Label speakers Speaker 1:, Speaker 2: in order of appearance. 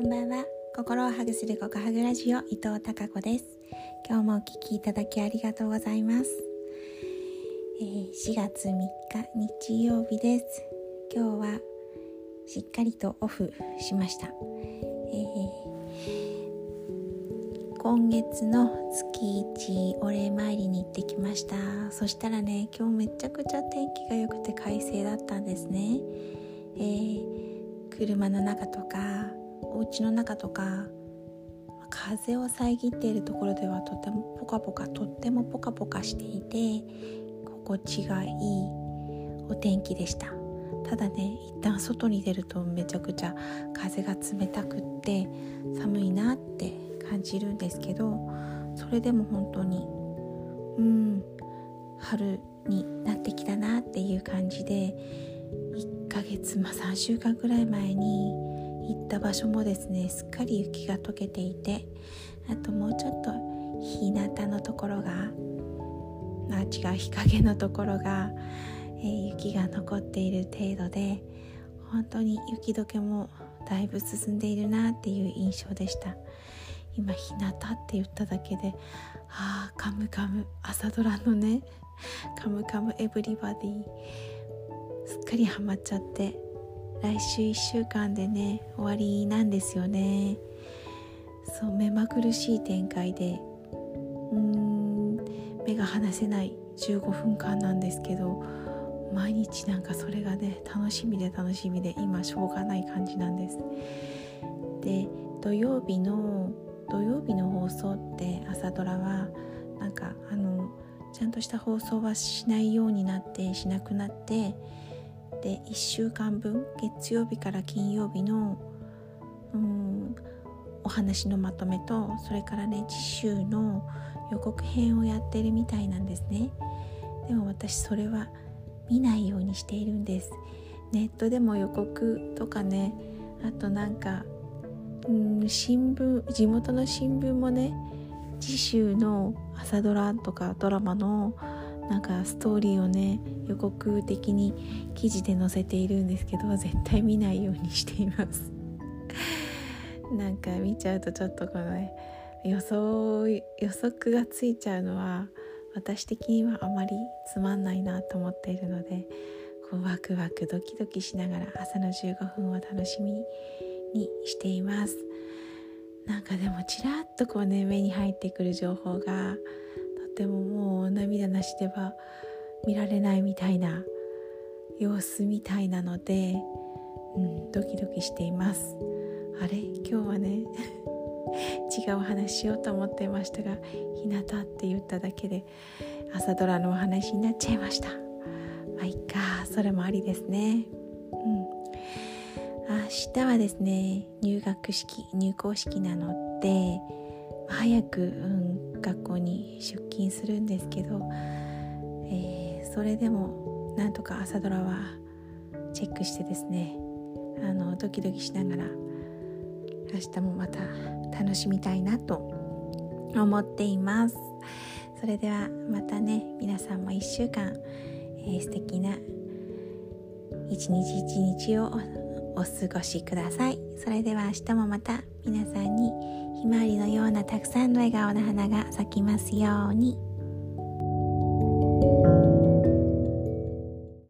Speaker 1: んばんは。心をハグするココハグラジオ、伊藤孝子です。今日もお聞きいただきありがとうございます。4月3日日曜日です。今日はしっかりとオフしました。今月の月1お礼参りに行ってきました。そしたらね、今日めちゃくちゃ天気が良くて快晴だったんですね。車の中とかお家の中とか風を遮っているところではとってもポカポカしていて心地がいいお天気でした。ただね、一旦外に出るとめちゃくちゃ風が冷たくって寒いなって感じるんですけど、それでも本当に春になってきたなっていう感じで、1ヶ月3週間くらい前に行った場所もですね、すっかり雪が溶けていて、あともうちょっと日向のところが日陰のところが、雪が残っている程度で、本当に雪解けもだいぶ進んでいるなっていう印象でした。今日向って言っただけでカムカム朝ドラのねカムカムエブリバディすっかりハマっちゃって、来週1週間でね終わりなんですよね。そう、目まぐるしい展開で目が離せない15分間なんですけど、毎日なんかそれがね楽しみで今しょうがない感じなんです。で、土曜日の放送って朝ドラはなんかちゃんとした放送はしなくなってで1週間分月曜日から金曜日のお話のまとめと、それからね次週の予告編をやってるみたいなんですね。でも私それは見ないようにしているんです。ネットでも予告とかね、あとなんか地元の新聞もね、次週の朝ドラとかドラマのなんかストーリーをね予告的に記事で載せているんですけど、絶対見ないようにしていますなんか見ちゃうとちょっとこのね予測がついちゃうのは私的にはあまりつまんないなと思っているので、こうワクワクドキドキしながら朝の15分を楽しみにしています。なんかでもちらっとこうね目に入ってくる情報がとてももう涙なしでは見られないみたいな様子みたいなので、ドキドキしています。あれ、今日はね違うお話しようと思っていましたが、日向って言っただけで朝ドラのお話になっちゃいました。まあいっか、それもありですね。明日はですね入校式なので早く、学校に出勤するんですけど、それでもなんとか朝ドラはチェックしてですねドキドキしながら明日もまた楽しみたいなと思っています。それではまたね、皆さんも1週間、素敵な一日をお過ごしください。それでは明日もまた皆さんにひまわりのようなたくさんの笑顔の花が咲きますように。